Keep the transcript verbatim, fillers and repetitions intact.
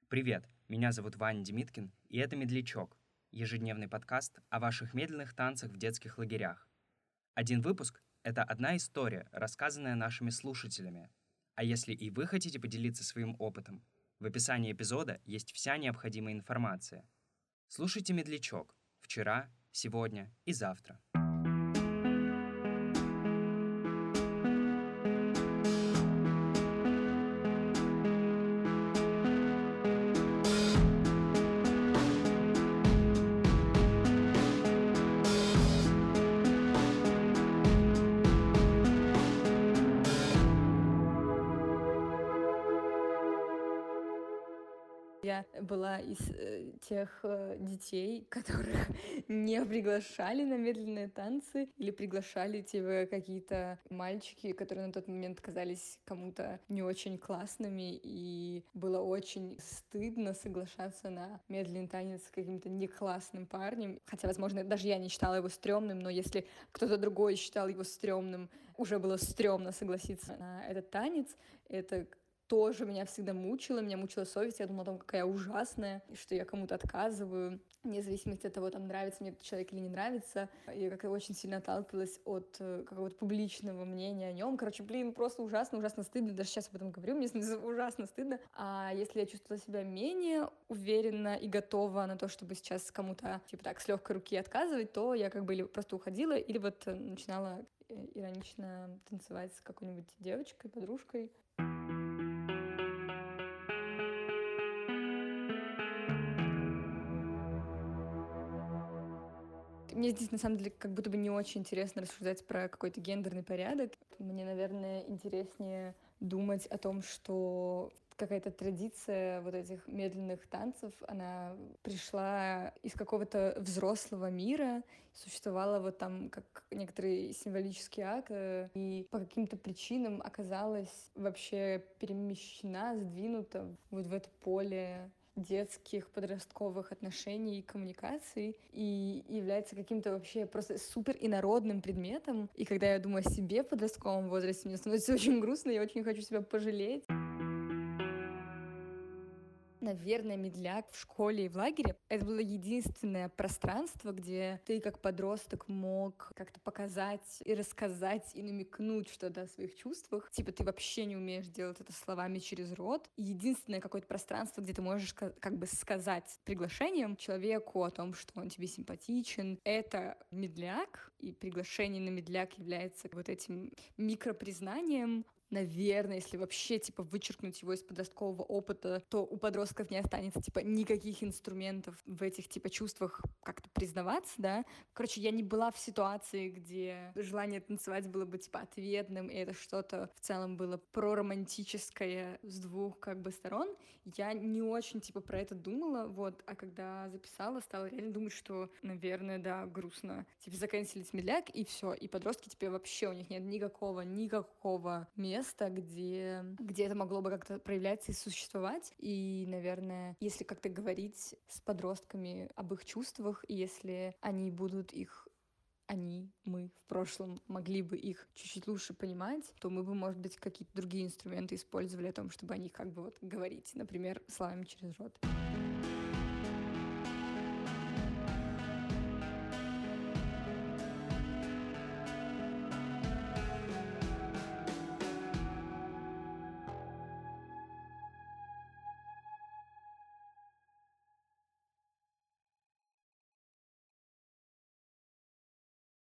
Привет, меня зовут Ваня Демиткин, и это «Медлячок» — ежедневный подкаст о ваших медленных танцах в детских лагерях. Один выпуск — это одна история, рассказанная нашими слушателями. А если и вы хотите поделиться своим опытом, в описании эпизода есть вся необходимая информация. Слушайте «Медлячок» вчера, сегодня и завтра. Я была из э, тех э, детей, которых не приглашали на медленные танцы или приглашали типа какие-то мальчики, которые на тот момент казались кому-то не очень классными, и было очень стыдно соглашаться на медленный танец с каким-то неклассным парнем. Хотя, возможно, даже я не считала его стрёмным, но если кто-то другой считал его стрёмным, уже было стрёмно согласиться на этот танец. Это тоже меня всегда мучило, меня мучила совесть, я думала о том, какая я ужасная, и что я кому-то отказываю, вне зависимости от того, там, нравится мне этот человек или не нравится. Я как-то очень сильно отталкивалась от э, какого-то публичного мнения о нем. Короче, блин, просто ужасно, ужасно стыдно, даже сейчас об этом говорю, мне ужасно стыдно. А если я чувствовала себя менее уверенно и готова на то, чтобы сейчас кому-то, типа так, с легкой руки отказывать, то я как бы или просто уходила, или вот начинала иронично танцевать с какой-нибудь девочкой, подружкой. Мне здесь, на самом деле, как будто бы не очень интересно рассуждать про какой-то гендерный порядок. Мне, наверное, интереснее думать о том, что какая-то традиция вот этих медленных танцев, она пришла из какого-то взрослого мира, существовала вот там как некоторый символический акт, и по каким-то причинам оказалась вообще перемещена, сдвинута вот в это поле детских, подростковых отношений и коммуникаций, и является каким-то вообще просто супер инородным предметом. И когда я думаю о себе в подростковом возрасте, мне становится очень грустно, я очень хочу себя пожалеть. Наверное, медляк в школе и в лагере — это было единственное пространство, где ты как подросток мог как-то показать и рассказать, и намекнуть что-то о своих чувствах. Типа ты вообще не умеешь делать это словами через рот. Единственное какое-то пространство, где ты можешь как бы сказать приглашением человеку о том, что он тебе симпатичен. Это медляк, и приглашение на медляк является вот этим микропризнанием. Наверное, если вообще, типа, вычеркнуть его из подросткового опыта, то у подростков не останется, типа, никаких инструментов в этих, типа, чувствах как-то признаваться, да. Короче, я не была в ситуации, где желание танцевать было бы, типа, ответным, и это что-то в целом было проромантическое с двух, как бы, сторон. Я не очень, типа, про это думала, вот, а когда записала, стала реально думать, что, наверное, да, грустно. Типа, заканчивать медляк, и все, и подростки, типа, вообще у них нет никакого, никакого места, место, где, где это могло бы как-то проявляться и существовать. И, наверное, если как-то говорить с подростками об их чувствах, и если они будут их они, мы в прошлом могли бы их чуть-чуть лучше понимать, то мы бы, может быть, какие-то другие инструменты использовали о том, чтобы о них как бы вот говорить, например, словами через рот.